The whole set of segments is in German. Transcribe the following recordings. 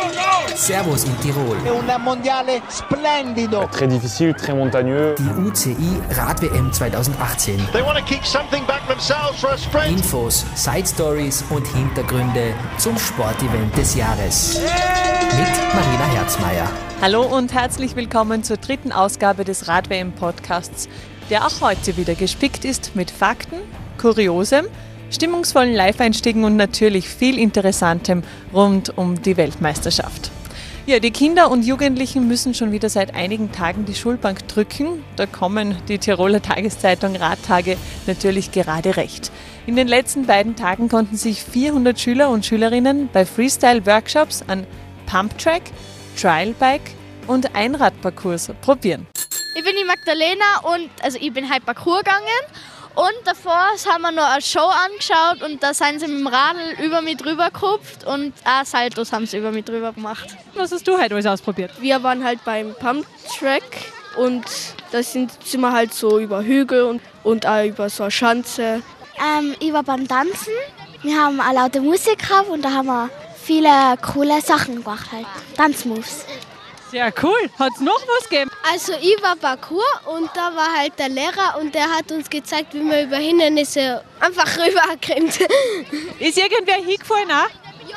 Servus in Tirol. Un mondiale splendido. Très difficile, très montagneux. Die UCI Rad-WM 2018. They want to kick something back themselves for a sprint. Infos, Side-Stories und Hintergründe zum Sportevent des Jahres. Mit Marina Herzmeier. Hallo und herzlich willkommen zur dritten Ausgabe des Rad-WM-Podcasts, der auch heute wieder gespickt ist mit Fakten, Kuriosem, stimmungsvollen Live-Einstiegen und natürlich viel Interessantem rund um die Weltmeisterschaft. Ja, die Kinder und Jugendlichen müssen schon wieder seit einigen Tagen die Schulbank drücken. Da kommen die Tiroler Tageszeitung Radtage natürlich gerade recht. In den letzten beiden Tagen konnten sich 400 Schüler und Schülerinnen bei Freestyle-Workshops an Pumptrack, Trialbike und Einradparcours probieren. Ich bin die Magdalena und ich bin heute Parcours gegangen und davor haben wir noch eine Show angeschaut und da sind sie mit dem Radl über mich drüber gehupft und auch Saltos haben sie über mich drüber gemacht. Was hast du heute alles ausprobiert? Wir waren halt beim Pumptrack und da sind wir halt so über Hügel und auch über so eine Schanze. Ich war beim Tanzen. Wir haben eine laute Musik gehabt und da haben wir viele coole Sachen gemacht, halt Tanzmoves. Sehr cool. Hat es noch was gegeben? Also ich war Parcours und da war halt der Lehrer und der hat uns gezeigt, wie man über Hindernisse einfach rüberkommt. Ist irgendwer hingefallen auch?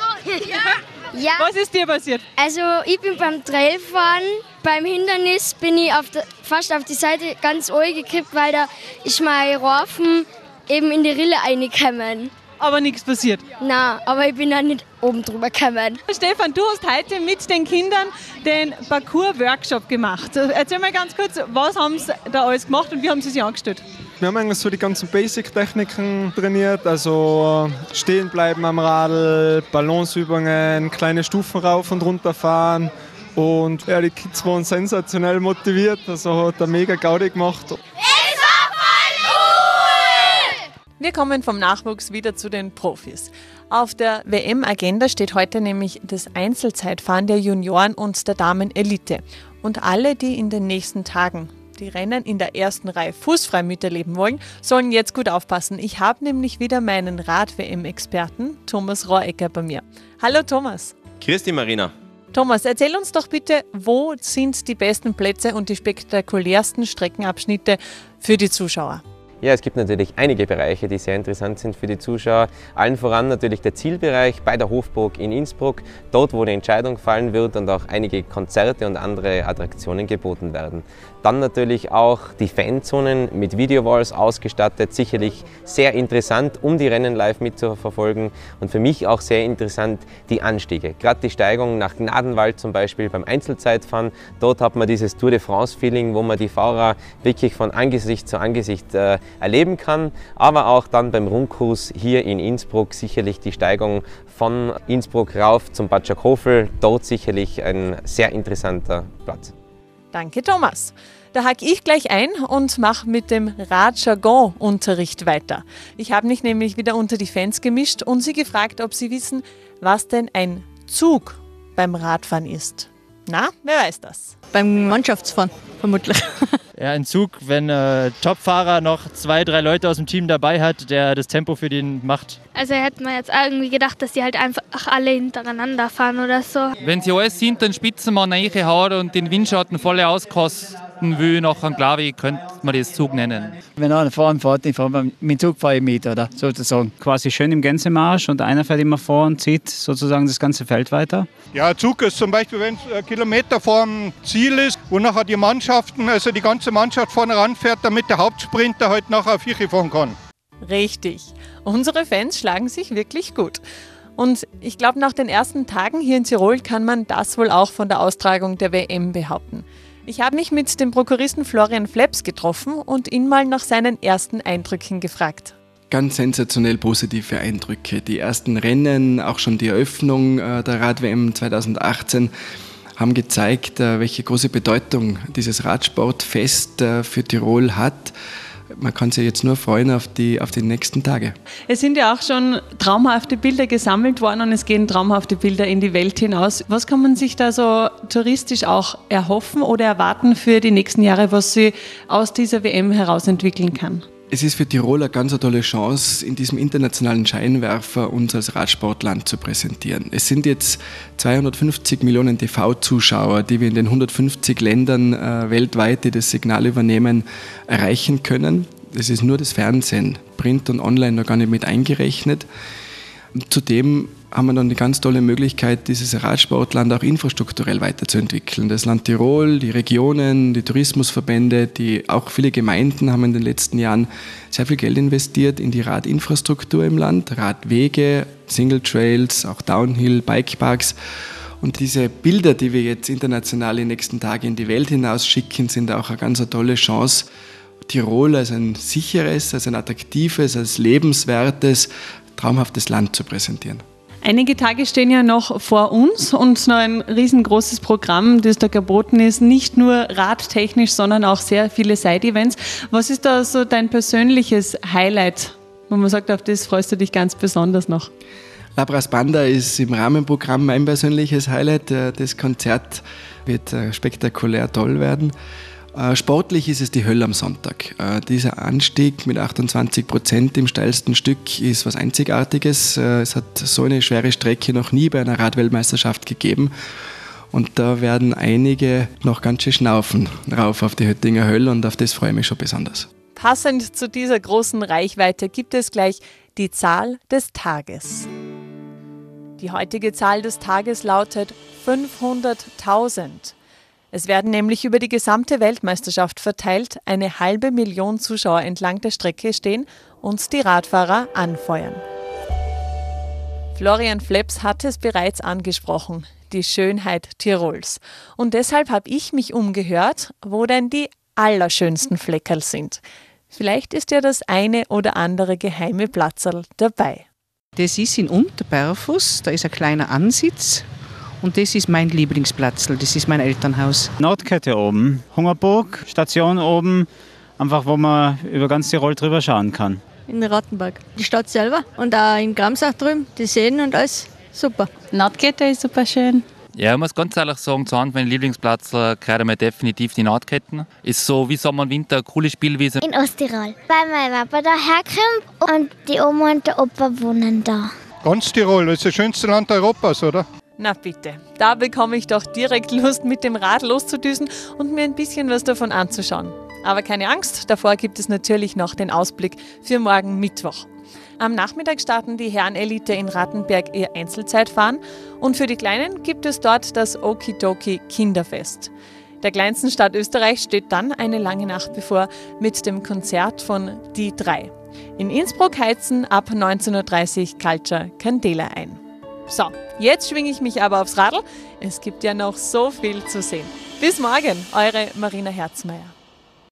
Ja. Was ist dir passiert? Also ich bin beim Trailfahren, beim Hindernis bin ich fast auf die Seite ganz oben gekippt, weil da ist mein Reifen eben in die Rille reingekommen. Aber nichts passiert. Nein, aber ich bin auch nicht oben drüber gekommen. Stefan, du hast heute mit den Kindern den Parcours-Workshop gemacht. Erzähl mal ganz kurz, was haben sie da alles gemacht und wie haben sie sich angestellt? Wir haben eigentlich so die ganzen Basic-Techniken trainiert, also stehen bleiben am Radl, Balanceübungen, kleine Stufen rauf und runter fahren. Und ja, die Kids waren sensationell motiviert, also hat er mega Gaudi gemacht. Wir kommen vom Nachwuchs wieder zu den Profis. Auf der WM-Agenda steht heute nämlich das Einzelzeitfahren der Junioren und der Damen-Elite. Und alle, die in den nächsten Tagen die Rennen in der ersten Reihe fußfrei miterleben wollen, sollen jetzt gut aufpassen. Ich habe nämlich wieder meinen Rad-WM-Experten Thomas Rohrecker bei mir. Hallo Thomas. Grüß dich, Marina. Thomas, erzähl uns doch bitte, wo sind die besten Plätze und die spektakulärsten Streckenabschnitte für die Zuschauer? Ja, es gibt natürlich einige Bereiche, die sehr interessant sind für die Zuschauer. Allen voran natürlich der Zielbereich bei der Hofburg in Innsbruck, dort wo die Entscheidung fallen wird und auch einige Konzerte und andere Attraktionen geboten werden. Dann natürlich auch die Fanzonen mit Videowalls ausgestattet, sicherlich sehr interessant, um die Rennen live mitzuverfolgen und für mich auch sehr interessant die Anstiege. Gerade die Steigung nach Gnadenwald zum Beispiel beim Einzelzeitfahren, dort hat man dieses Tour de France-Feeling, wo man die Fahrer wirklich von Angesicht zu Angesicht erleben kann, aber auch dann beim Rundkurs hier in Innsbruck sicherlich die Steigung von Innsbruck rauf zum Bad Schakofel, dort sicherlich ein sehr interessanter Platz. Danke Thomas. Da hake ich gleich ein und mache mit dem Radjargon-Unterricht weiter. Ich habe mich nämlich wieder unter die Fans gemischt und sie gefragt, ob sie wissen, was denn ein Zug beim Radfahren ist. Na, wer weiß das? Beim Mannschaftsfahren vermutlich. Ja, ein Zug, wenn Topfahrer noch 2, 3 Leute aus dem Team dabei hat, der das Tempo für den macht. Also hätte man jetzt irgendwie gedacht, dass die halt einfach alle hintereinander fahren oder so. Wenn sie alles hinter den Spitzenmann reinhauen und den Windschatten voll auskosten will, nachher glaube ich, könnte man das Zug nennen. Wenn einer vor ihm fährt, mit dem Zug fahre ich mit, oder? Sozusagen. Quasi schön im Gänsemarsch und einer fährt immer vor und zieht sozusagen das ganze Feld weiter. Ja, Zug ist zum Beispiel, wenn es Kilometer vor dem Ziel ist, wo nachher die Mannschaften, also die ganze Mannschaft vorne ranfährt, damit der Hauptsprinter halt nachher auf Vichi fahren kann. Richtig. Unsere Fans schlagen sich wirklich gut. Und ich glaube, nach den ersten Tagen hier in Tirol kann man das wohl auch von der Austragung der WM behaupten. Ich habe mich mit dem Prokuristen Florian Fleps getroffen und ihn mal nach seinen ersten Eindrücken gefragt. Ganz sensationell positive Eindrücke. Die ersten Rennen, auch schon die Eröffnung der Rad-WM 2018, haben gezeigt, welche große Bedeutung dieses Radsportfest für Tirol hat. Man kann sich jetzt nur freuen auf die nächsten Tage. Es sind ja auch schon traumhafte Bilder gesammelt worden und es gehen traumhafte Bilder in die Welt hinaus. Was kann man sich da so touristisch auch erhoffen oder erwarten für die nächsten Jahre, was sie aus dieser WM heraus entwickeln kann? Es ist für Tirol eine ganz tolle Chance, in diesem internationalen Scheinwerfer uns als Radsportland zu präsentieren. Es sind jetzt 250 Millionen TV-Zuschauer, die wir in den 150 Ländern weltweit, die das Signal übernehmen, erreichen können. Es ist nur das Fernsehen, Print und Online noch gar nicht mit eingerechnet. Und zudem haben wir dann eine ganz tolle Möglichkeit, dieses Radsportland auch infrastrukturell weiterzuentwickeln. Das Land Tirol, die Regionen, die Tourismusverbände, auch viele Gemeinden haben in den letzten Jahren sehr viel Geld investiert in die Radinfrastruktur im Land, Radwege, Single Trails, auch Downhill, Bikeparks. Und diese Bilder, die wir jetzt international in den nächsten Tagen in die Welt hinaus schicken, sind auch eine ganz tolle Chance, Tirol als ein sicheres, als ein attraktives, als lebenswertes, traumhaftes Land zu präsentieren. Einige Tage stehen ja noch vor uns und noch ein riesengroßes Programm, das da geboten ist, nicht nur radtechnisch, sondern auch sehr viele Side-Events. Was ist da so dein persönliches Highlight, wo man sagt, auf das freust du dich ganz besonders noch? Labras Banda ist im Rahmenprogramm mein persönliches Highlight. Das Konzert wird spektakulär toll werden. Sportlich ist es die Hölle am Sonntag. Dieser Anstieg mit 28% im steilsten Stück ist was Einzigartiges. Es hat so eine schwere Strecke noch nie bei einer Radweltmeisterschaft gegeben. Und da werden einige noch ganz schön schnaufen rauf auf die Höttinger Hölle und auf das freue ich mich schon besonders. Passend zu dieser großen Reichweite gibt es gleich die Zahl des Tages. Die heutige Zahl des Tages lautet 500.000. Es werden nämlich über die gesamte Weltmeisterschaft verteilt 500.000 Zuschauer entlang der Strecke stehen und die Radfahrer anfeuern. Florian Fleps hat es bereits angesprochen, die Schönheit Tirols. Und deshalb habe ich mich umgehört, wo denn die allerschönsten Fleckerl sind. Vielleicht ist ja das eine oder andere geheime Platzerl dabei. Das ist in Unterberfus, da ist ein kleiner Ansitz. Und das ist mein Lieblingsplatzl, das ist mein Elternhaus. Nordkette oben, Hungerburg, Station oben, einfach wo man über ganz Tirol drüber schauen kann. In Rattenberg, die Stadt selber und auch in Gramsach drüben, die Seen und alles, super. Nordkette ist super schön. Ja, ich muss ganz ehrlich sagen, zu Hand mein Lieblingsplatz gehört mir definitiv die Nordketten. Ist so wie Sommer und Winter eine coole Spielwiese. In Osttirol, weil mein Papa da herkommt und die Oma und der Opa wohnen da. Ganz Tirol, das ist das schönste Land Europas, oder? Na bitte, da bekomme ich doch direkt Lust, mit dem Rad loszudüsen und mir ein bisschen was davon anzuschauen. Aber keine Angst, davor gibt es natürlich noch den Ausblick für morgen Mittwoch. Am Nachmittag starten die Herrenelite in Rattenberg ihr Einzelzeitfahren und für die Kleinen gibt es dort das Okidoki Kinderfest. Der kleinsten Stadt Österreichs steht dann eine lange Nacht bevor mit dem Konzert von Die 3. In Innsbruck heizen ab 19.30 Uhr Culture Candela ein. So, jetzt schwinge ich mich aber aufs Radl. Es gibt ja noch so viel zu sehen. Bis morgen, eure Marina Herzmeier.